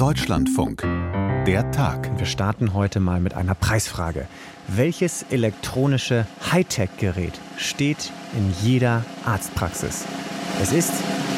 Deutschlandfunk. Der Tag. Wir starten heute mal mit einer Preisfrage. Welches elektronische Hightech-Gerät steht in jeder Arztpraxis? Es ist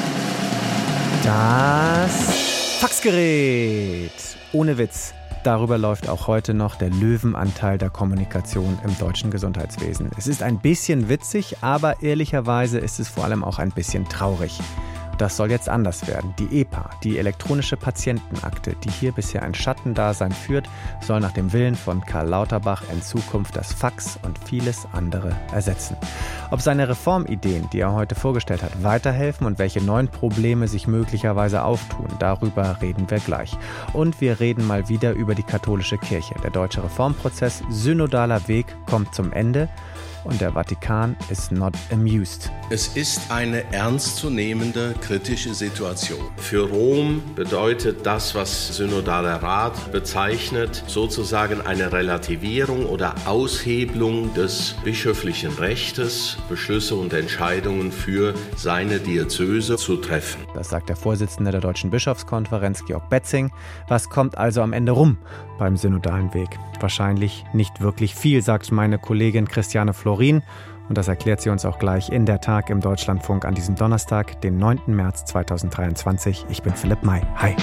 das Faxgerät. Ohne Witz. Darüber läuft auch heute noch der Löwenanteil der Kommunikation im deutschen Gesundheitswesen. Es ist ein bisschen witzig, aber ehrlicherweise ist es vor allem auch ein bisschen traurig. Das soll jetzt anders werden. Die EPA, die elektronische Patientenakte, die hier bisher ein Schattendasein führt, soll nach dem Willen von Karl Lauterbach in Zukunft das Fax und vieles andere ersetzen. Ob seine Reformideen, die er heute vorgestellt hat, weiterhelfen und welche neuen Probleme sich möglicherweise auftun, darüber reden wir gleich. Und wir reden mal wieder über die katholische Kirche. Der deutsche Reformprozess synodaler Weg kommt zum Ende. Und der Vatikan ist not amused. Es ist eine ernstzunehmende kritische Situation. Für Rom bedeutet das, was Synodaler Rat bezeichnet, sozusagen eine Relativierung oder Aushebelung des bischöflichen Rechtes, Beschlüsse und Entscheidungen für seine Diözese zu treffen. Das sagt der Vorsitzende der Deutschen Bischofskonferenz, Georg Betzing. Was kommt also am Ende rum beim synodalen Weg? Wahrscheinlich nicht wirklich viel, sagt meine Kollegin Christiane Florin. Und das erklärt sie uns auch gleich in der Tag im Deutschlandfunk an diesem Donnerstag, den 9. März 2023. Ich bin Philipp May. Hi.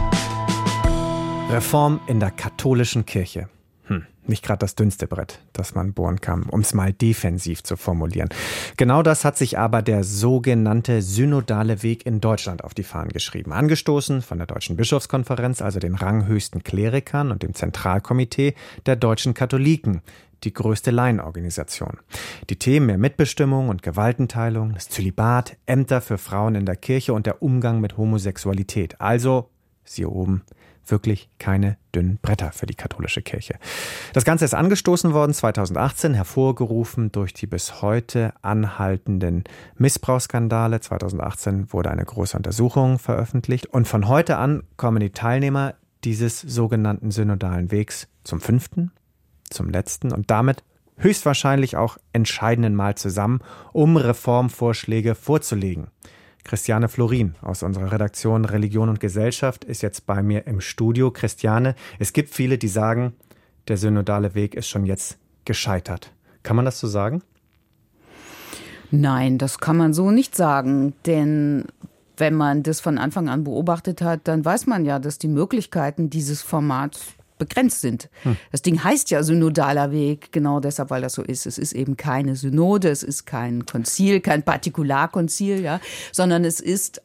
Reform in der katholischen Kirche. Nicht gerade das dünnste Brett, das man bohren kann, um es mal defensiv zu formulieren. Genau das hat sich aber der sogenannte synodale Weg in Deutschland auf die Fahnen geschrieben. Angestoßen von der Deutschen Bischofskonferenz, also den ranghöchsten Klerikern und dem Zentralkomitee der deutschen Katholiken, die größte Laienorganisation. Die Themen mehr Mitbestimmung und Gewaltenteilung, das Zölibat, Ämter für Frauen in der Kirche und der Umgang mit Homosexualität. Also, siehe oben, wirklich keine dünnen Bretter für die katholische Kirche. Das Ganze ist angestoßen worden 2018, hervorgerufen durch die bis heute anhaltenden Missbrauchsskandale. 2018 wurde eine große Untersuchung veröffentlicht und von heute an kommen die Teilnehmer dieses sogenannten synodalen Wegs zum 5., zum letzten und damit höchstwahrscheinlich auch entscheidenden Mal zusammen, um Reformvorschläge vorzulegen. Christiane Florin aus unserer Redaktion Religion und Gesellschaft ist jetzt bei mir im Studio. Christiane, es gibt viele, die sagen, der synodale Weg ist schon jetzt gescheitert. Kann man das so sagen? Nein, das kann man so nicht sagen, denn wenn man das von Anfang an beobachtet hat, dann weiß man ja, dass die Möglichkeiten dieses Formats begrenzt sind. Das Ding heißt ja synodaler Weg, genau deshalb, weil das so ist. Es ist eben keine Synode, es ist kein Konzil, kein Partikularkonzil, ja, sondern es ist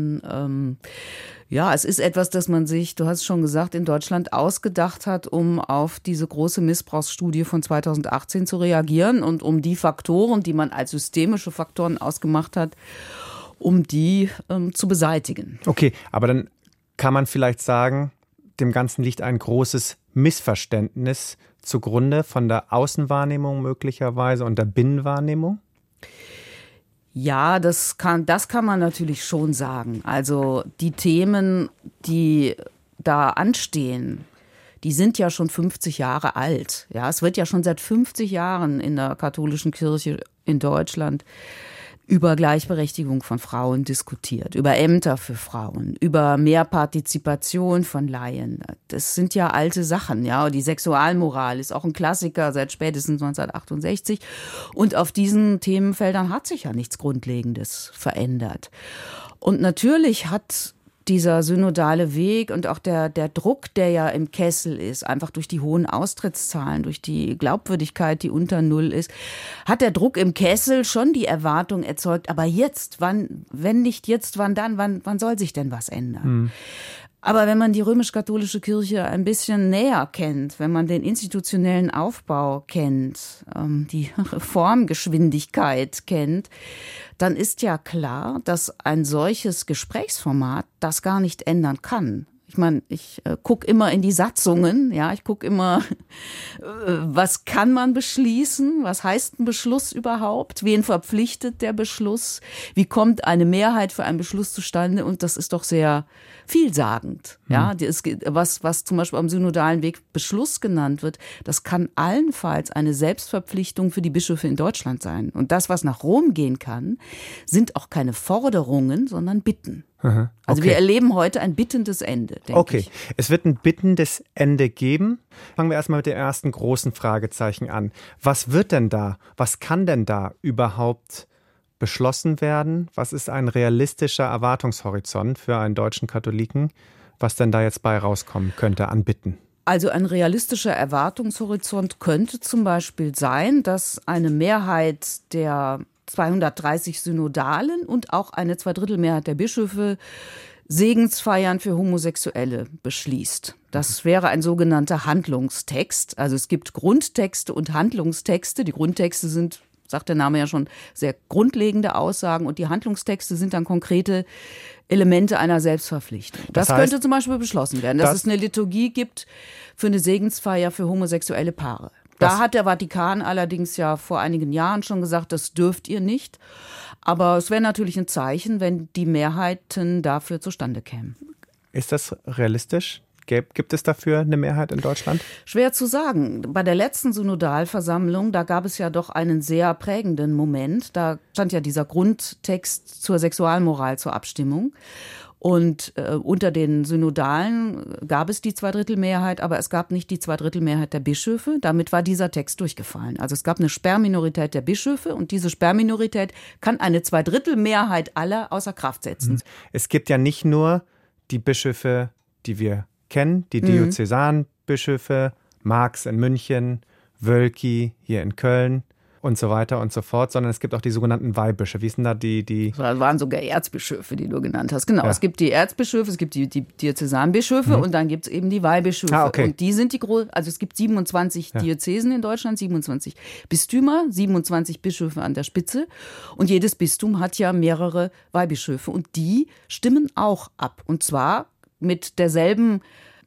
es ist etwas, das man sich, du hast es schon gesagt, in Deutschland ausgedacht hat, um auf diese große Missbrauchsstudie von 2018 zu reagieren und um die Faktoren, die man als systemische Faktoren ausgemacht hat, um die zu beseitigen. Okay, aber dann kann man vielleicht sagen, dem Ganzen liegt ein großes Missverständnis zugrunde von der Außenwahrnehmung möglicherweise und der Binnenwahrnehmung? Ja, das kann man natürlich schon sagen. Also die Themen, die da anstehen, die sind ja schon 50 Jahre alt. Ja, es wird ja schon seit 50 Jahren in der katholischen Kirche in Deutschland über Gleichberechtigung von Frauen diskutiert, über Ämter für Frauen, über mehr Partizipation von Laien. Das sind ja alte Sachen, ja. Die Sexualmoral ist auch ein Klassiker seit spätestens 1968. Und auf diesen Themenfeldern hat sich ja nichts Grundlegendes verändert. Und natürlich hat dieser synodale Weg und auch der Druck, der ja im Kessel ist, einfach durch die hohen Austrittszahlen, durch die Glaubwürdigkeit, die unter Null ist, hat der Druck im Kessel schon die Erwartung erzeugt, aber jetzt, wann, wenn nicht jetzt, wann dann, wann soll sich denn was ändern? Aber wenn man die römisch-katholische Kirche ein bisschen näher kennt, wenn man den institutionellen Aufbau kennt, die Reformgeschwindigkeit kennt, dann ist ja klar, dass ein solches Gesprächsformat das gar nicht ändern kann. Ich meine, ich gucke immer in die Satzungen, ja, ich gucke immer, was kann man beschließen, was heißt ein Beschluss überhaupt, wen verpflichtet der Beschluss, wie kommt eine Mehrheit für einen Beschluss zustande, und das ist doch sehr vielsagend. Ja, was zum Beispiel am synodalen Weg Beschluss genannt wird, das kann allenfalls eine Selbstverpflichtung für die Bischöfe in Deutschland sein. Und das, was nach Rom gehen kann, sind auch keine Forderungen, sondern Bitten. Okay. Also wir erleben heute ein bittendes Ende, denke ich. Okay, es wird ein bittendes Ende geben. Fangen wir erstmal mit dem ersten großen Fragezeichen an. Was wird denn da, was kann denn da überhaupt beschlossen werden? Was ist ein realistischer Erwartungshorizont für einen deutschen Katholiken, was denn da jetzt bei rauskommen könnte an Bitten? Also ein realistischer Erwartungshorizont könnte zum Beispiel sein, dass eine Mehrheit der 230 Synodalen und auch eine Zweidrittelmehrheit der Bischöfe Segensfeiern für Homosexuelle beschließt. Das wäre ein sogenannter Handlungstext. Also es gibt Grundtexte und Handlungstexte. Die Grundtexte sind, sagt der Name ja schon, sehr grundlegende Aussagen und die Handlungstexte sind dann konkrete Elemente einer Selbstverpflichtung. Das heißt, könnte zum Beispiel beschlossen werden, dass es eine Liturgie gibt für eine Segensfeier für homosexuelle Paare. Da hat der Vatikan allerdings ja vor einigen Jahren schon gesagt, das dürft ihr nicht. Aber es wäre natürlich ein Zeichen, wenn die Mehrheiten dafür zustande kämen. Ist das realistisch? Gibt es dafür eine Mehrheit in Deutschland? Schwer zu sagen. Bei der letzten Synodalversammlung, da gab es ja doch einen sehr prägenden Moment. Da stand ja dieser Grundtext zur Sexualmoral zur Abstimmung. Und unter den Synodalen gab es die Zweidrittelmehrheit, aber es gab nicht die Zweidrittelmehrheit der Bischöfe. Damit war dieser Text durchgefallen. Also es gab eine Sperrminorität der Bischöfe und diese Sperrminorität kann eine Zweidrittelmehrheit aller außer Kraft setzen. Es gibt ja nicht nur die Bischöfe, die wir kennen, die Diözesanbischöfe, Marx in München, Wölki hier in Köln und so weiter und so fort, sondern es gibt auch die sogenannten Weihbischöfe. Wie ist denn da die? Das waren sogar Erzbischöfe, die du genannt hast. Genau, ja. Es gibt die Erzbischöfe, es gibt die Diözesanbischöfe und dann gibt es eben die Weihbischöfe. Okay. Und die sind also es gibt 27 Diözesen in Deutschland, 27 Bistümer, 27 Bischöfe an der Spitze und jedes Bistum hat ja mehrere Weihbischöfe und die stimmen auch ab und zwar mit derselben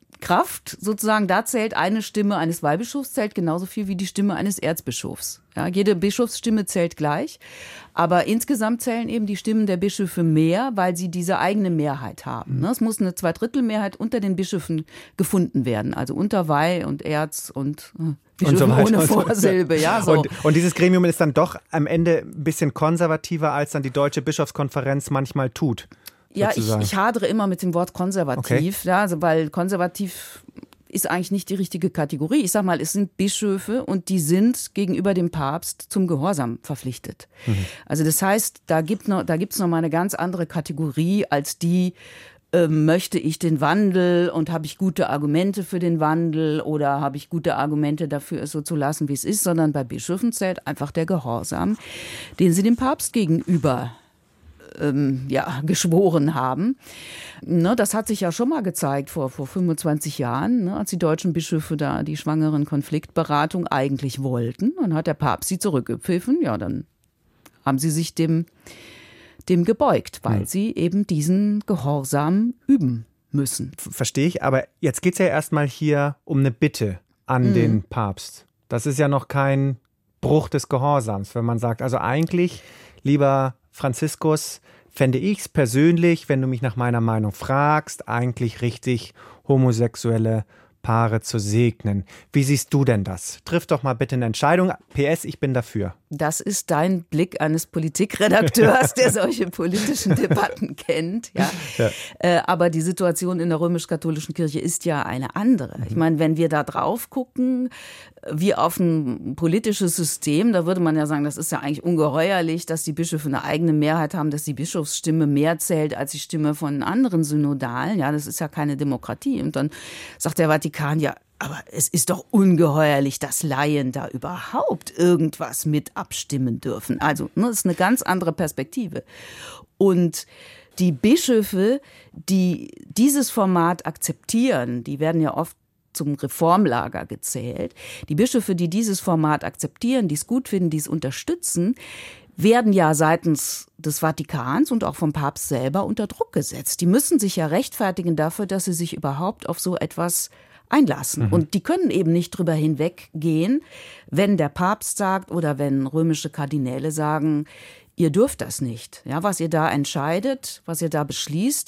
Kraft sozusagen, da zählt eine Stimme eines Weihbischofs, zählt genauso viel wie die Stimme eines Erzbischofs. Ja, jede Bischofsstimme zählt gleich, aber insgesamt zählen eben die Stimmen der Bischöfe mehr, weil sie diese eigene Mehrheit haben. Es muss eine Zweidrittelmehrheit unter den Bischöfen gefunden werden, also unter Weih und Erz und Bischöfen und so ohne Vorsilbe. Ja, so. Und dieses Gremium ist dann doch am Ende ein bisschen konservativer, als dann die Deutsche Bischofskonferenz manchmal tut. Ja, ich hadere immer mit dem Wort konservativ, okay. Ja, also weil konservativ ist eigentlich nicht die richtige Kategorie. Ich sag mal, es sind Bischöfe und die sind gegenüber dem Papst zum Gehorsam verpflichtet. Also das heißt, da gibt's noch mal eine ganz andere Kategorie als die, möchte ich den Wandel und habe ich gute Argumente für den Wandel oder habe ich gute Argumente dafür, es so zu lassen, wie es ist, sondern bei Bischöfen zählt einfach der Gehorsam, den sie dem Papst gegenüber geschworen haben. Das hat sich ja schon mal gezeigt vor 25 Jahren, als die deutschen Bischöfe da die schwangeren Konfliktberatung eigentlich wollten. Dann hat der Papst sie zurückgepfiffen. Ja, dann haben sie sich dem gebeugt, weil sie eben diesen Gehorsam üben müssen. Verstehe ich, aber jetzt geht es ja erstmal hier um eine Bitte an den Papst. Das ist ja noch kein Bruch des Gehorsams, wenn man sagt, also eigentlich, lieber Franziskus, fände ich es persönlich, wenn du mich nach meiner Meinung fragst, eigentlich richtig, homosexuelle Paare zu segnen. Wie siehst du denn das? Triff doch mal bitte eine Entscheidung. PS, ich bin dafür. Das ist dein Blick eines Politikredakteurs, der solche politischen Debatten kennt. Ja. Aber die Situation in der römisch-katholischen Kirche ist ja eine andere. Ich meine, wenn wir da drauf gucken, wie auf ein politisches System, da würde man ja sagen, das ist ja eigentlich ungeheuerlich, dass die Bischöfe eine eigene Mehrheit haben, dass die Bischofsstimme mehr zählt als die Stimme von anderen Synodalen. Ja, das ist ja keine Demokratie. Und dann sagt der Vatikan, ja, aber es ist doch ungeheuerlich, dass Laien da überhaupt irgendwas mit abstimmen dürfen. Also, das ist eine ganz andere Perspektive. Und die Bischöfe, die dieses Format akzeptieren, die werden ja oft zum Reformlager gezählt. Die Bischöfe, die dieses Format akzeptieren, die es gut finden, die es unterstützen, werden ja seitens des Vatikans und auch vom Papst selber unter Druck gesetzt. Die müssen sich ja rechtfertigen dafür, dass sie sich überhaupt auf so etwas einlassen. Und die können eben nicht drüber hinweggehen, wenn der Papst sagt oder wenn römische Kardinäle sagen, ihr dürft das nicht. Ja, was ihr da entscheidet, was ihr da beschließt,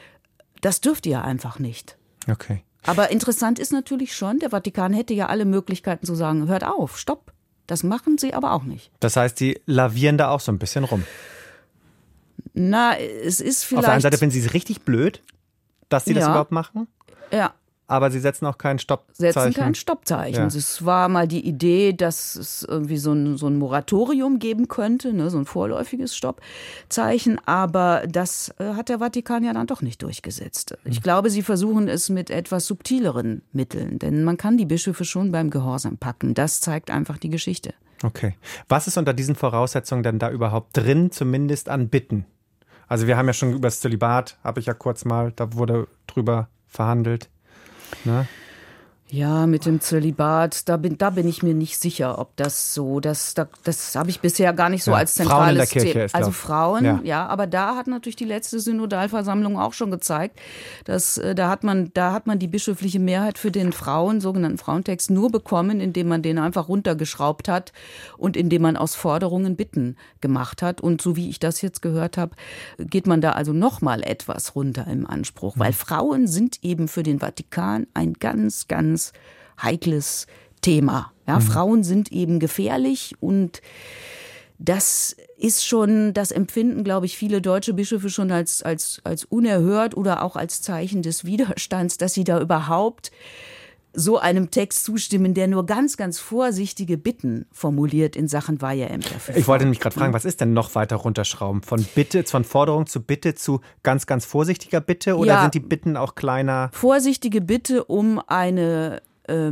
das dürft ihr einfach nicht. Okay. Aber interessant ist natürlich schon, der Vatikan hätte ja alle Möglichkeiten zu sagen, hört auf, stopp. Das machen sie aber auch nicht. Das heißt, die lavieren da auch so ein bisschen rum. Na, es ist vielleicht... Auf der einen Seite finden Sie es richtig blöd, dass Sie das überhaupt machen. Ja. Aber Sie setzen auch kein Stoppzeichen. Setzen kein Stoppzeichen. Ja. Es war mal die Idee, dass es irgendwie so ein Moratorium geben könnte, ne, so ein vorläufiges Stoppzeichen. Aber das hat der Vatikan ja dann doch nicht durchgesetzt. Ich glaube, sie versuchen es mit etwas subtileren Mitteln. Denn man kann die Bischöfe schon beim Gehorsam packen. Das zeigt einfach die Geschichte. Okay. Was ist unter diesen Voraussetzungen denn da überhaupt drin, zumindest an Bitten? Also wir haben ja schon über das Zölibat, habe ich ja kurz mal, da wurde drüber verhandelt. Ne? Ja, mit dem Zölibat, da bin ich mir nicht sicher, ob das so, das habe ich bisher gar nicht so als zentrales Frauen in der Kirche ist also das. Frauen, ja, aber da hat natürlich die letzte Synodalversammlung auch schon gezeigt, dass da hat man die bischöfliche Mehrheit für den sogenannten Frauentext nur bekommen, indem man den einfach runtergeschraubt hat und indem man aus Forderungen Bitten gemacht hat. Und so wie ich das jetzt gehört habe, geht man da also noch mal etwas runter im Anspruch, weil Frauen sind eben für den Vatikan ein ganz, ganz heikles Thema. Ja, Frauen sind eben gefährlich und das ist schon, das empfinden, glaube ich, viele deutsche Bischöfe schon als unerhört oder auch als Zeichen des Widerstands, dass sie da überhaupt so einem Text zustimmen, der nur ganz, ganz vorsichtige Bitten formuliert in Sachen Weiheämter. Ich wollte nämlich gerade fragen, was ist denn noch weiter runterschrauben? Von Forderung zu Bitte zu ganz, ganz vorsichtiger Bitte? Oder sind die Bitten auch kleiner? Vorsichtige Bitte um eine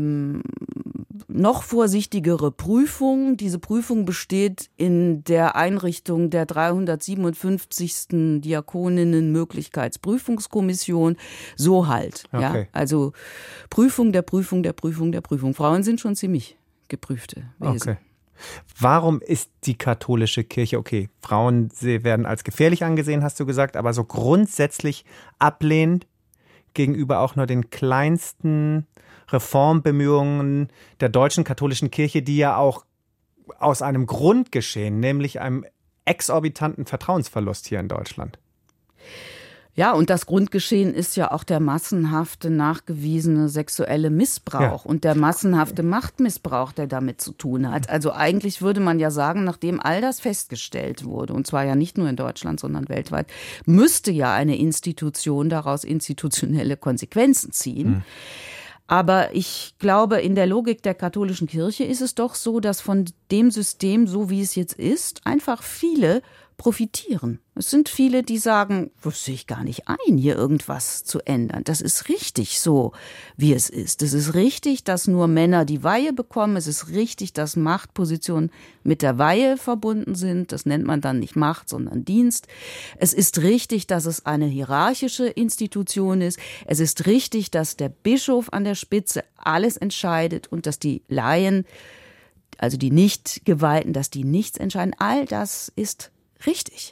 noch vorsichtigere Prüfung. Diese Prüfung besteht in der Einrichtung der 357. Diakoninnen-Möglichkeitsprüfungskommission. So halt. Okay. Ja? Also Prüfung der Prüfung der Prüfung der Prüfung. Frauen sind schon ziemlich geprüfte Wesen. Okay. Warum ist die katholische Kirche, okay, Frauen sie werden als gefährlich angesehen, hast du gesagt, aber so grundsätzlich ablehnend gegenüber auch nur den kleinsten Reformbemühungen der deutschen katholischen Kirche, die ja auch aus einem Grund geschehen, nämlich einem exorbitanten Vertrauensverlust hier in Deutschland? Ja, und das Grundgeschehen ist ja auch der massenhafte, nachgewiesene sexuelle Missbrauch und der massenhafte Machtmissbrauch, der damit zu tun hat. Also eigentlich würde man ja sagen, nachdem all das festgestellt wurde, und zwar ja nicht nur in Deutschland, sondern weltweit, müsste ja eine Institution daraus institutionelle Konsequenzen ziehen. Aber ich glaube, in der Logik der katholischen Kirche ist es doch so, dass von dem System, so wie es jetzt ist, einfach viele profitieren. Es sind viele, die sagen, das sehe ich gar nicht ein, hier irgendwas zu ändern. Das ist richtig so, wie es ist. Es ist richtig, dass nur Männer die Weihe bekommen. Es ist richtig, dass Machtpositionen mit der Weihe verbunden sind. Das nennt man dann nicht Macht, sondern Dienst. Es ist richtig, dass es eine hierarchische Institution ist. Es ist richtig, dass der Bischof an der Spitze alles entscheidet und dass die Laien, also die Nicht-Geweihten, dass die nichts entscheiden. All das ist richtig.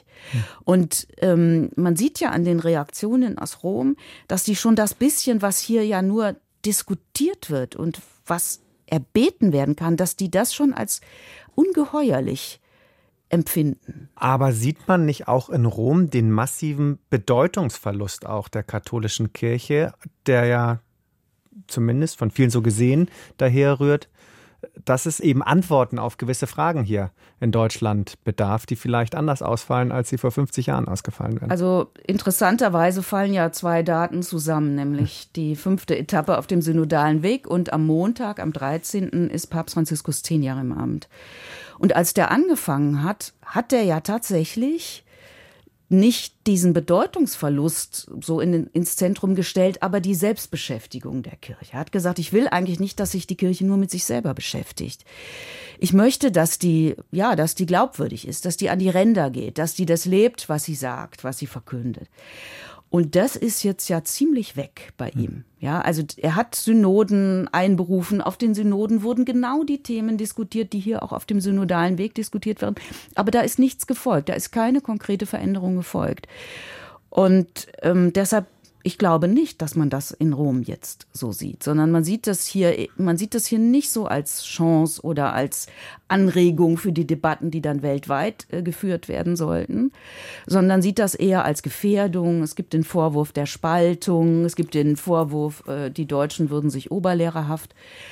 Und man sieht ja an den Reaktionen aus Rom, dass die schon das bisschen, was hier ja nur diskutiert wird und was erbeten werden kann, dass die das schon als ungeheuerlich empfinden. Aber sieht man nicht auch in Rom den massiven Bedeutungsverlust auch der katholischen Kirche, der ja zumindest von vielen so gesehen daherrührt, dass es eben Antworten auf gewisse Fragen hier in Deutschland bedarf, die vielleicht anders ausfallen, als sie vor 50 Jahren ausgefallen wären. Also interessanterweise fallen ja zwei Daten zusammen, nämlich die 5. Etappe auf dem synodalen Weg und am Montag, am 13. ist Papst Franziskus 10 Jahre im Amt. Und als der angefangen hat, hat er ja tatsächlich nicht diesen Bedeutungsverlust so ins Zentrum gestellt, aber die Selbstbeschäftigung der Kirche. Er hat gesagt, ich will eigentlich nicht, dass sich die Kirche nur mit sich selber beschäftigt. Ich möchte, dass die glaubwürdig ist, dass die an die Ränder geht, dass die das lebt, was sie sagt, was sie verkündet. Und das ist jetzt ja ziemlich weg bei ihm. Ja, also er hat Synoden einberufen. Auf den Synoden wurden genau die Themen diskutiert, die hier auch auf dem synodalen Weg diskutiert werden. Aber da ist nichts gefolgt. Da ist keine konkrete Veränderung gefolgt. Und deshalb, ich glaube nicht, dass man das in Rom jetzt so sieht, sondern man sieht das hier nicht so als Chance oder als Anregung für die Debatten, die dann weltweit geführt werden sollten, sondern sieht das eher als Gefährdung. Es gibt den Vorwurf der Spaltung, es gibt den Vorwurf, die Deutschen würden sich oberlehrerhaft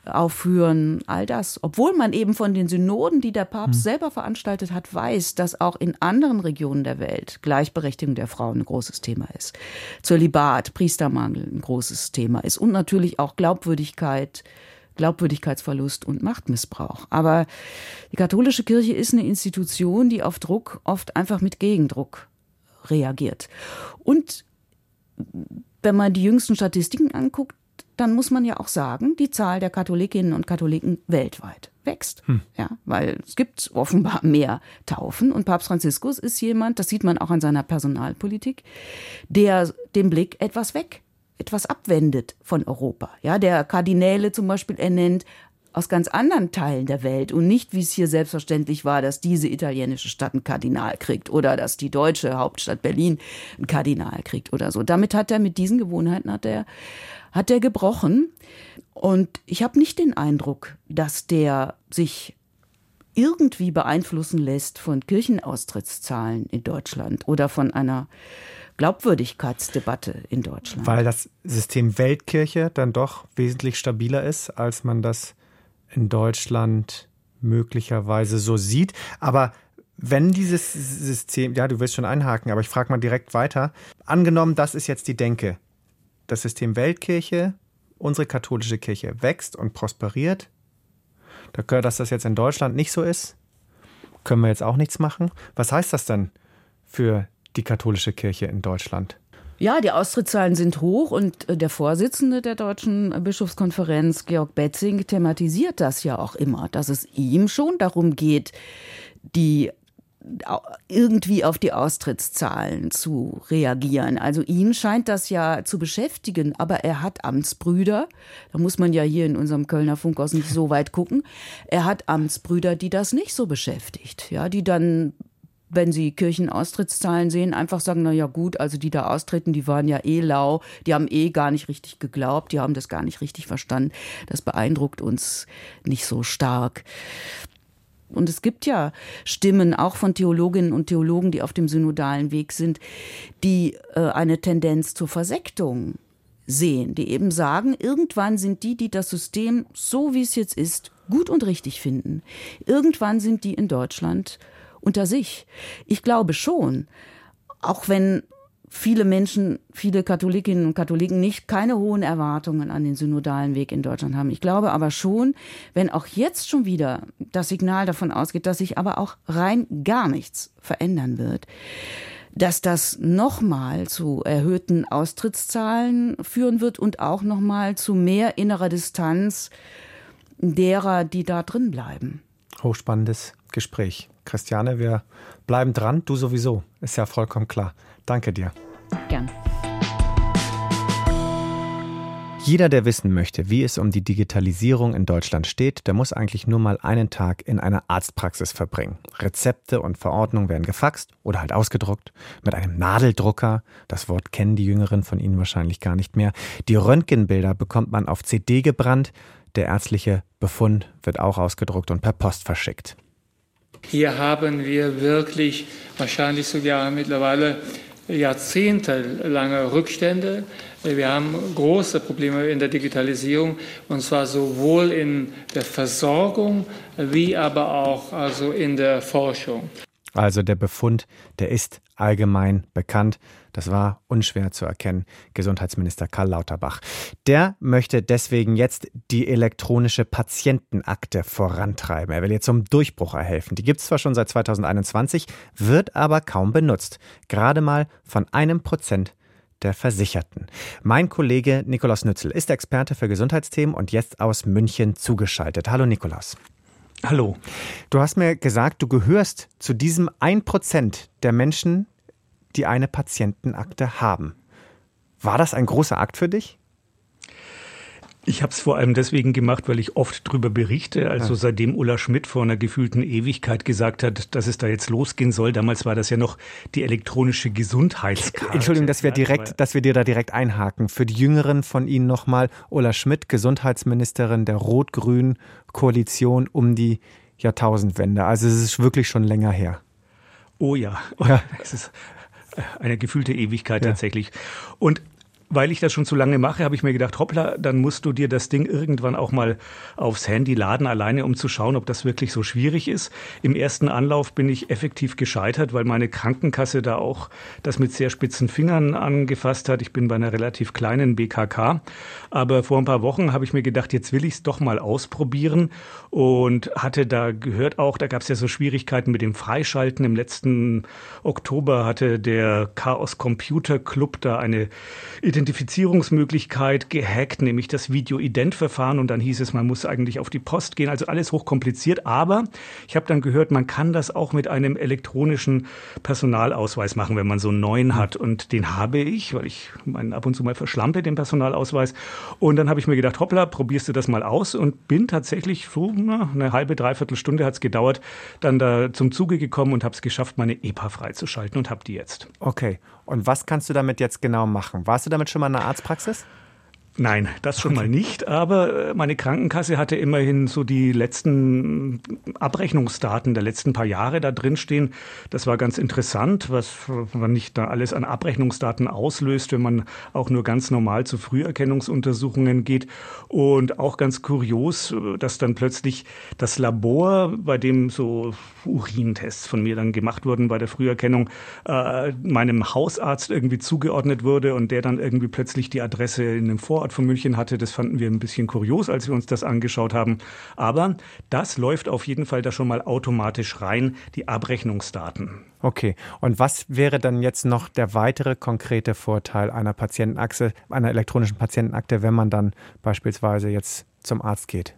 aufführen, all das. Obwohl man eben von den Synoden, die der Papst selber veranstaltet hat, weiß, dass auch in anderen Regionen der Welt Gleichberechtigung der Frauen ein großes Thema ist. Zölibat, Priestermangel ein großes Thema ist und natürlich auch Glaubwürdigkeitsverlust und Machtmissbrauch. Aber die katholische Kirche ist eine Institution, die auf Druck oft einfach mit Gegendruck reagiert. Und wenn man die jüngsten Statistiken anguckt, dann muss man ja auch sagen, die Zahl der Katholikinnen und Katholiken weltweit wächst. Ja, weil es gibt offenbar mehr Taufen. Und Papst Franziskus ist jemand, das sieht man auch an seiner Personalpolitik, der den Blick etwas abwendet von Europa. Ja, der Kardinäle zum Beispiel ernennt aus ganz anderen Teilen der Welt und nicht, wie es hier selbstverständlich war, dass diese italienische Stadt einen Kardinal kriegt oder dass die deutsche Hauptstadt Berlin einen Kardinal kriegt oder so. Mit diesen Gewohnheiten hat er gebrochen. Und ich habe nicht den Eindruck, dass der sich irgendwie beeinflussen lässt von Kirchenaustrittszahlen in Deutschland oder von einer Glaubwürdigkeitsdebatte in Deutschland. Weil das System Weltkirche dann doch wesentlich stabiler ist, als man das in Deutschland möglicherweise so sieht. Aber wenn dieses System, ja, du willst schon einhaken, aber ich frage mal direkt weiter. Angenommen, das ist jetzt die Denke. Das System Weltkirche, unsere katholische Kirche wächst und prosperiert. Dass das jetzt in Deutschland nicht so ist, können wir jetzt auch nichts machen. Was heißt das dann für die katholische Kirche in Deutschland? Ja, die Austrittszahlen sind hoch und der Vorsitzende der Deutschen Bischofskonferenz, Georg Betzing, thematisiert das ja auch immer, dass es ihm schon darum geht, irgendwie auf die Austrittszahlen zu reagieren. Also ihn scheint das ja zu beschäftigen, aber er hat Amtsbrüder, da muss man ja hier in unserem Kölner Funkhaus nicht so weit gucken, er hat Amtsbrüder, die das nicht so beschäftigt, ja, die dann, wenn sie Kirchenaustrittszahlen sehen, einfach sagen, na ja gut, also die da austreten, die waren ja lau, die haben gar nicht richtig geglaubt, die haben das gar nicht richtig verstanden. Das beeindruckt uns nicht so stark. Und es gibt ja Stimmen, auch von Theologinnen und Theologen, die auf dem synodalen Weg sind, die eine Tendenz zur Versektung sehen, die eben sagen, irgendwann sind die das System, so wie es jetzt ist, gut und richtig finden. Irgendwann sind die in Deutschland unter sich. Ich glaube schon, auch wenn viele Menschen, viele Katholikinnen und Katholiken keine hohen Erwartungen an den synodalen Weg in Deutschland haben. Ich glaube aber schon, wenn auch jetzt schon wieder das Signal davon ausgeht, dass sich aber auch rein gar nichts verändern wird, dass das nochmal zu erhöhten Austrittszahlen führen wird und auch nochmal zu mehr innerer Distanz derer, die da drin bleiben. Hochspannendes Gespräch. Christiane, wir bleiben dran, du sowieso, ist ja vollkommen klar. Danke dir. Gern. Jeder, der wissen möchte, wie es um die Digitalisierung in Deutschland steht, der muss eigentlich nur mal einen Tag in einer Arztpraxis verbringen. Rezepte und Verordnungen werden gefaxt oder halt ausgedruckt mit einem Nadeldrucker. Das Wort kennen die Jüngeren von Ihnen wahrscheinlich gar nicht mehr. Die Röntgenbilder bekommt man auf CD gebrannt. Der ärztliche Befund wird auch ausgedruckt und per Post verschickt. Hier haben wir wirklich wahrscheinlich sogar mittlerweile jahrzehntelange Rückstände. Wir haben große Probleme in der Digitalisierung, und zwar sowohl in der Versorgung wie aber auch in der Forschung. Also der Befund, der ist allgemein bekannt. Das war unschwer zu erkennen. Gesundheitsminister Karl Lauterbach. Der möchte deswegen jetzt die elektronische Patientenakte vorantreiben. Er will jetzt zum Durchbruch erhelfen. Die gibt es zwar schon seit 2021, wird aber kaum benutzt. Gerade mal von 1% der Versicherten. Mein Kollege Nikolaus Nützel ist Experte für Gesundheitsthemen und jetzt aus München zugeschaltet. Hallo Nikolaus. Hallo. Du hast mir gesagt, du gehörst zu diesem 1% der Menschen, die eine Patientenakte haben. War das ein großer Akt für dich? Ich habe es vor allem deswegen gemacht, weil ich oft drüber berichte. Also seitdem Ulla Schmidt vor einer gefühlten Ewigkeit gesagt hat, dass es da jetzt losgehen soll. Damals war das ja noch die elektronische Gesundheitskarte. Entschuldigung, dass wir dir da direkt einhaken. Für die Jüngeren von Ihnen nochmal Ulla Schmidt, Gesundheitsministerin der rot-grünen Koalition um die Jahrtausendwende. Also es ist wirklich schon länger her. Oh ja. Es ist eine gefühlte Ewigkeit tatsächlich. Und weil ich das schon zu lange mache, habe ich mir gedacht, hoppla, dann musst du dir das Ding irgendwann auch mal aufs Handy laden, alleine um zu schauen, ob das wirklich so schwierig ist. Im ersten Anlauf bin ich effektiv gescheitert, weil meine Krankenkasse da auch das mit sehr spitzen Fingern angefasst hat. Ich bin bei einer relativ kleinen BKK. Aber vor ein paar Wochen habe ich mir gedacht, jetzt will ich es doch mal ausprobieren und hatte da gehört auch, da gab es ja so Schwierigkeiten mit dem Freischalten. Im letzten Oktober hatte der Chaos Computer Club da eine Identifizierungsmöglichkeit gehackt, nämlich das Video-Ident-Verfahren, und dann hieß es, man muss eigentlich auf die Post gehen, also alles hochkompliziert, aber ich habe dann gehört, man kann das auch mit einem elektronischen Personalausweis machen, wenn man so einen neuen hat, und den habe ich, weil ich ab und zu mal verschlampe, den Personalausweis, und dann habe ich mir gedacht, hoppla, probierst du das mal aus, und bin tatsächlich so eine halbe, dreiviertel Stunde hat es gedauert, dann da zum Zuge gekommen und habe es geschafft, meine EPA freizuschalten und habe die jetzt. Okay, und was kannst du damit jetzt genau machen? Warst du damit schon mal in einer Arztpraxis? Nein, das schon mal nicht, aber meine Krankenkasse hatte immerhin so die letzten Abrechnungsdaten der letzten paar Jahre da drin stehen. Das war ganz interessant, was man nicht da alles an Abrechnungsdaten auslöst, wenn man auch nur ganz normal zu Früherkennungsuntersuchungen geht. Und auch ganz kurios, dass dann plötzlich das Labor, bei dem so Urintests von mir dann gemacht wurden bei der Früherkennung, meinem Hausarzt irgendwie zugeordnet wurde und der dann irgendwie plötzlich die Adresse in einem Vorort von München hatte. Das fanden wir ein bisschen kurios, als wir uns das angeschaut haben. Aber das läuft auf jeden Fall da schon mal automatisch rein, die Abrechnungsdaten. Okay, und was wäre dann jetzt noch der weitere konkrete Vorteil einer Patientenakte, einer elektronischen Patientenakte, wenn man dann beispielsweise jetzt zum Arzt geht?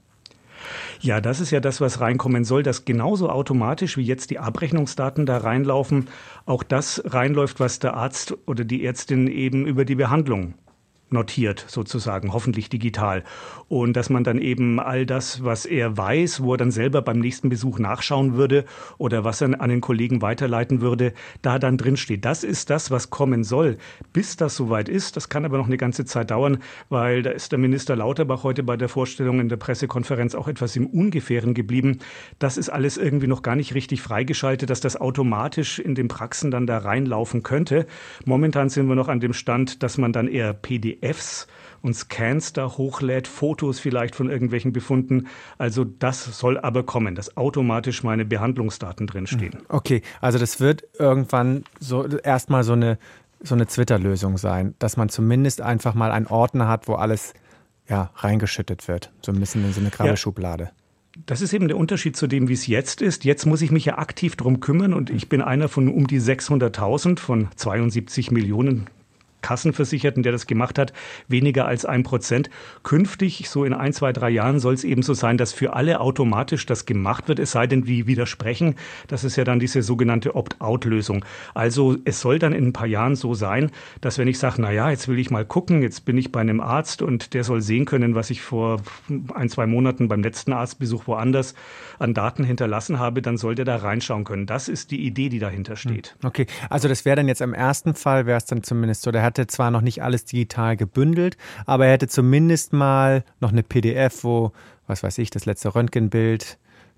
Ja, das ist ja das, was reinkommen soll, dass genauso automatisch wie jetzt die Abrechnungsdaten da reinlaufen, auch das reinläuft, was der Arzt oder die Ärztin eben über die Behandlung notiert, sozusagen, hoffentlich digital. Und dass man dann eben all das, was er weiß, wo er dann selber beim nächsten Besuch nachschauen würde oder was er an den Kollegen weiterleiten würde, da dann drin steht. Das ist das, was kommen soll. Bis das soweit ist, das kann aber noch eine ganze Zeit dauern, weil da ist der Minister Lauterbach heute bei der Vorstellung in der Pressekonferenz auch etwas im Ungefähren geblieben. Das ist alles irgendwie noch gar nicht richtig freigeschaltet, dass das automatisch in den Praxen dann da reinlaufen könnte. Momentan sind wir noch an dem Stand, dass man dann eher PDFs und Scans da hochlädt, Fotos vielleicht von irgendwelchen Befunden. Also das soll aber kommen, dass automatisch meine Behandlungsdaten drinstehen. Okay, also das wird irgendwann so erstmal so eine Twitter-Lösung sein, dass man zumindest einfach mal einen Ordner hat, wo alles reingeschüttet wird. So ein bisschen in so eine Grabbelschublade. Das ist eben der Unterschied zu dem, wie es jetzt ist. Jetzt muss ich mich ja aktiv drum kümmern und ich bin einer von um die 600.000 von 72 Millionen Kassenversicherten, der das gemacht hat, weniger als 1%. Künftig, so in 1, 2, 3 Jahren, soll es eben so sein, dass für alle automatisch das gemacht wird, es sei denn, die widersprechen. Das ist ja dann diese sogenannte Opt-out-Lösung. Also es soll dann in ein paar Jahren so sein, dass wenn ich sage, jetzt will ich mal gucken, jetzt bin ich bei einem Arzt und der soll sehen können, was ich vor 1, 2 Monaten beim letzten Arztbesuch woanders an Daten hinterlassen habe, dann soll der da reinschauen können. Das ist die Idee, die dahinter steht. Okay, also das wäre dann jetzt im ersten Fall, wäre es dann zumindest so, der hatte zwar noch nicht alles digital gebündelt, aber er hätte zumindest mal noch eine PDF, wo, was weiß ich, das letzte Röntgenbild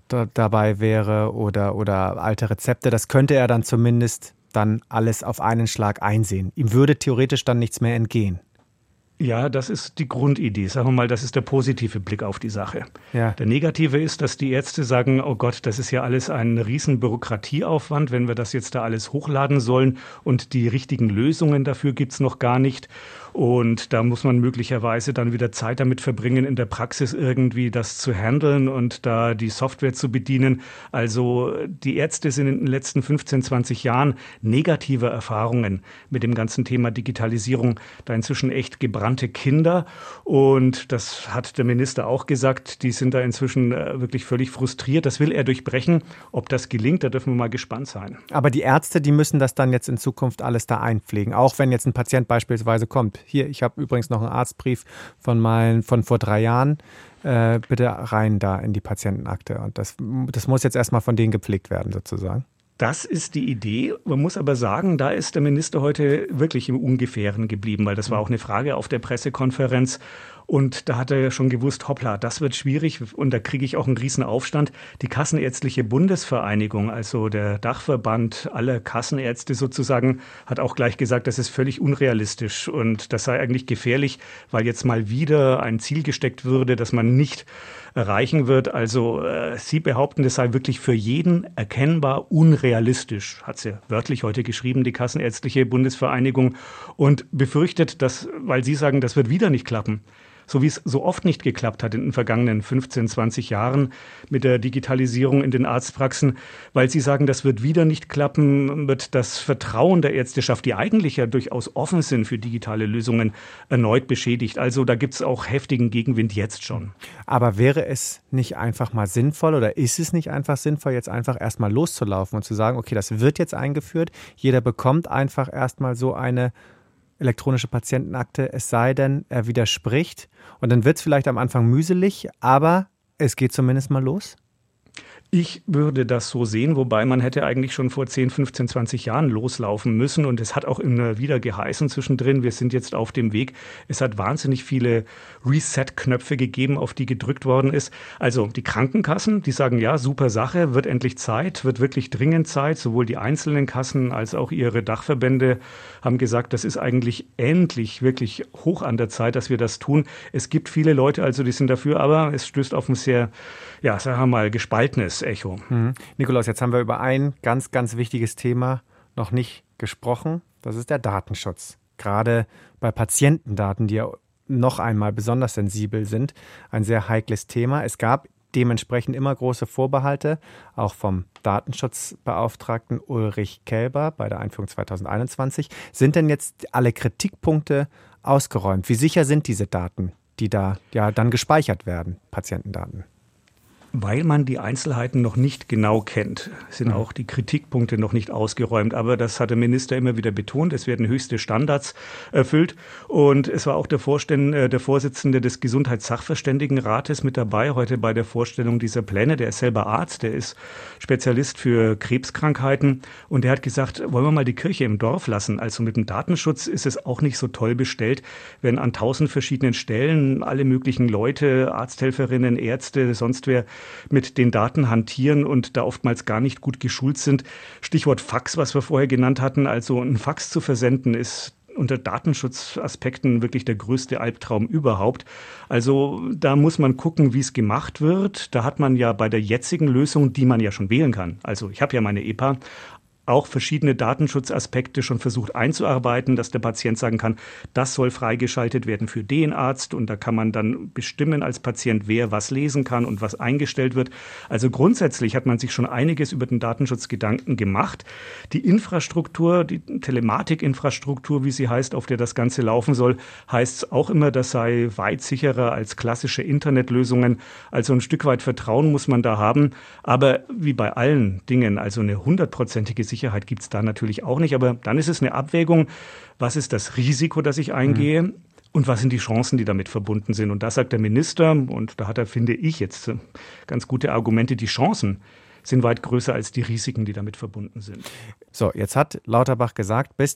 dabei wäre oder alte Rezepte. Das könnte er dann zumindest dann alles auf einen Schlag einsehen. Ihm würde theoretisch dann nichts mehr entgehen. Ja, das ist die Grundidee. Sagen wir mal, das ist der positive Blick auf die Sache. Ja. Der negative ist, dass die Ärzte sagen, oh Gott, das ist ja alles ein riesen Bürokratieaufwand, wenn wir das jetzt da alles hochladen sollen und die richtigen Lösungen dafür gibt's noch gar nicht. Und da muss man möglicherweise dann wieder Zeit damit verbringen, in der Praxis irgendwie das zu handeln und da die Software zu bedienen. Also die Ärzte sind in den letzten 15, 20 Jahren negative Erfahrungen mit dem ganzen Thema Digitalisierung da inzwischen echt gebrannte Kinder. Und das hat der Minister auch gesagt. Die sind da inzwischen wirklich völlig frustriert. Das will er durchbrechen. Ob das gelingt, da dürfen wir mal gespannt sein. Aber die Ärzte, die müssen das dann jetzt in Zukunft alles da einpflegen. Auch wenn jetzt ein Patient beispielsweise kommt. Hier, ich habe übrigens noch einen Arztbrief von vor 3 Jahren. Bitte rein da in die Patientenakte. Und das muss jetzt erstmal von denen gepflegt werden, sozusagen. Das ist die Idee. Man muss aber sagen, da ist der Minister heute wirklich im Ungefähren geblieben, weil das war auch eine Frage auf der Pressekonferenz, Und da hat er ja schon gewusst, hoppla, das wird schwierig und da kriege ich auch einen riesen Aufstand. Die Kassenärztliche Bundesvereinigung, also der Dachverband aller Kassenärzte sozusagen, hat auch gleich gesagt, das ist völlig unrealistisch und das sei eigentlich gefährlich, weil jetzt mal wieder ein Ziel gesteckt würde, das man nicht erreichen wird. Also sie behaupten, das sei wirklich für jeden erkennbar unrealistisch, hat sie wörtlich heute geschrieben, die Kassenärztliche Bundesvereinigung, und befürchtet, dass, weil sie sagen, das wird wieder nicht klappen, so wie es so oft nicht geklappt hat in den vergangenen 15, 20 Jahren mit der Digitalisierung in den Arztpraxen, weil sie sagen, das wird wieder nicht klappen, wird das Vertrauen der Ärzteschaft, die eigentlich ja durchaus offen sind für digitale Lösungen, erneut beschädigt. Also da gibt es auch heftigen Gegenwind jetzt schon. Aber wäre es nicht einfach mal sinnvoll oder ist es nicht einfach sinnvoll, jetzt einfach erstmal loszulaufen und zu sagen, okay, das wird jetzt eingeführt, jeder bekommt einfach erstmal so eine elektronische Patientenakte, es sei denn, er widerspricht. Und dann wird es vielleicht am Anfang mühselig, aber es geht zumindest mal los? Ich würde das so sehen, wobei man hätte eigentlich schon vor 10, 15, 20 Jahren loslaufen müssen. Und es hat auch immer wieder geheißen zwischendrin, wir sind jetzt auf dem Weg. Es hat wahnsinnig viele Reset-Knöpfe gegeben, auf die gedrückt worden ist. Also die Krankenkassen, die sagen, ja, super Sache, wird endlich Zeit, wird wirklich dringend Zeit. Sowohl die einzelnen Kassen als auch ihre Dachverbände haben gesagt, das ist eigentlich endlich wirklich hoch an der Zeit, dass wir das tun. Es gibt viele Leute, also die sind dafür, aber es stößt auf ein sehr, ja, sagen wir mal, gespaltenes Echo. Nikolaus, jetzt haben wir über ein ganz, ganz wichtiges Thema noch nicht gesprochen. Das ist der Datenschutz. Gerade bei Patientendaten, die ja noch einmal besonders sensibel sind, ein sehr heikles Thema. Es gab dementsprechend immer große Vorbehalte, auch vom Datenschutzbeauftragten Ulrich Kelber bei der Einführung 2021. Sind denn jetzt alle Kritikpunkte ausgeräumt? Wie sicher sind diese Daten, die da ja dann gespeichert werden, Patientendaten? Weil man die Einzelheiten noch nicht genau kennt, sind auch die Kritikpunkte noch nicht ausgeräumt. Aber das hat der Minister immer wieder betont. Es werden höchste Standards erfüllt. Und es war auch der Vorsitzende des Gesundheitssachverständigenrates mit dabei, heute bei der Vorstellung dieser Pläne. Der ist selber Arzt, der ist Spezialist für Krebskrankheiten. Und der hat gesagt, wollen wir mal die Kirche im Dorf lassen. Also mit dem Datenschutz ist es auch nicht so toll bestellt, wenn an 1000 verschiedenen Stellen alle möglichen Leute, Arzthelferinnen, Ärzte, sonst wer, mit den Daten hantieren und da oftmals gar nicht gut geschult sind. Stichwort Fax, was wir vorher genannt hatten. Also ein Fax zu versenden ist unter Datenschutzaspekten wirklich der größte Albtraum überhaupt. Also da muss man gucken, wie es gemacht wird. Da hat man ja bei der jetzigen Lösung, die man ja schon wählen kann. Also ich habe ja meine EPA, auch verschiedene Datenschutzaspekte schon versucht einzuarbeiten, dass der Patient sagen kann, das soll freigeschaltet werden für den Arzt und da kann man dann bestimmen als Patient, wer was lesen kann und was eingestellt wird. Also grundsätzlich hat man sich schon einiges über den Datenschutz Gedanken gemacht. Die Infrastruktur, die Telematikinfrastruktur, wie sie heißt, auf der das Ganze laufen soll, heißt auch immer, das sei weit sicherer als klassische Internetlösungen. Also ein Stück weit Vertrauen muss man da haben. Aber wie bei allen Dingen, also eine 100%ige Sicherheit gibt es da natürlich auch nicht. Aber dann ist es eine Abwägung, was ist das Risiko, das ich eingehe und was sind die Chancen, die damit verbunden sind. Und da sagt der Minister, und da hat er, finde ich, jetzt ganz gute Argumente, die Chancen sind weit größer als die Risiken, die damit verbunden sind. So, jetzt hat Lauterbach gesagt, bis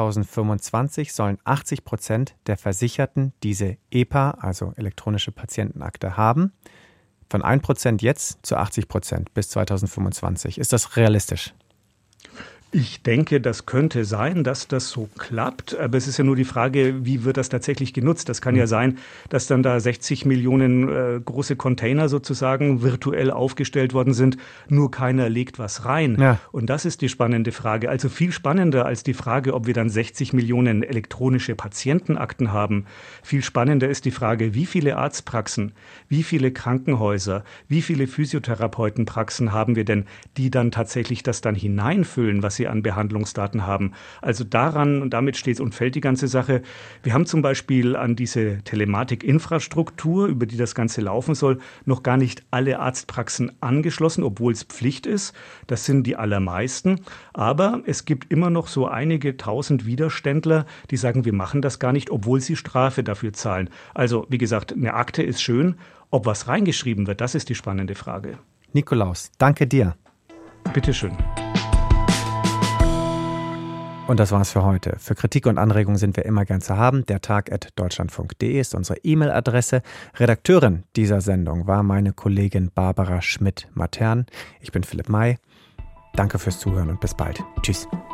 2025 sollen 80% der Versicherten diese EPA, also elektronische Patientenakte, haben. Von 1% jetzt zu 80% bis 2025. Ist das realistisch? Ich denke, das könnte sein, dass das so klappt. Aber es ist ja nur die Frage, wie wird das tatsächlich genutzt? Das kann ja sein, dass dann da 60 Millionen große Container sozusagen virtuell aufgestellt worden sind. Nur keiner legt was rein. Ja. Und das ist die spannende Frage. Also viel spannender als die Frage, ob wir dann 60 Millionen elektronische Patientenakten haben. Viel spannender ist die Frage, wie viele Arztpraxen, wie viele Krankenhäuser, wie viele Physiotherapeutenpraxen haben wir denn, die dann tatsächlich das dann hineinfüllen, was sie an Behandlungsdaten haben. Also daran, und damit steht und fällt die ganze Sache. Wir haben zum Beispiel an diese Telematikinfrastruktur, über die das Ganze laufen soll, noch gar nicht alle Arztpraxen angeschlossen, obwohl es Pflicht ist. Das sind die allermeisten. Aber es gibt immer noch so einige tausend Widerständler, die sagen, wir machen das gar nicht, obwohl sie Strafe dafür zahlen. Also, wie gesagt, eine Akte ist schön. Ob was reingeschrieben wird, das ist die spannende Frage. Nikolaus, danke dir. Bitteschön. Und das war's für heute. Für Kritik und Anregungen sind wir immer gern zu haben. dertag@deutschlandfunk.de ist unsere E-Mail-Adresse. Redakteurin dieser Sendung war meine Kollegin Barbara Schmidt-Matern. Ich bin Philipp May. Danke fürs Zuhören und bis bald. Tschüss.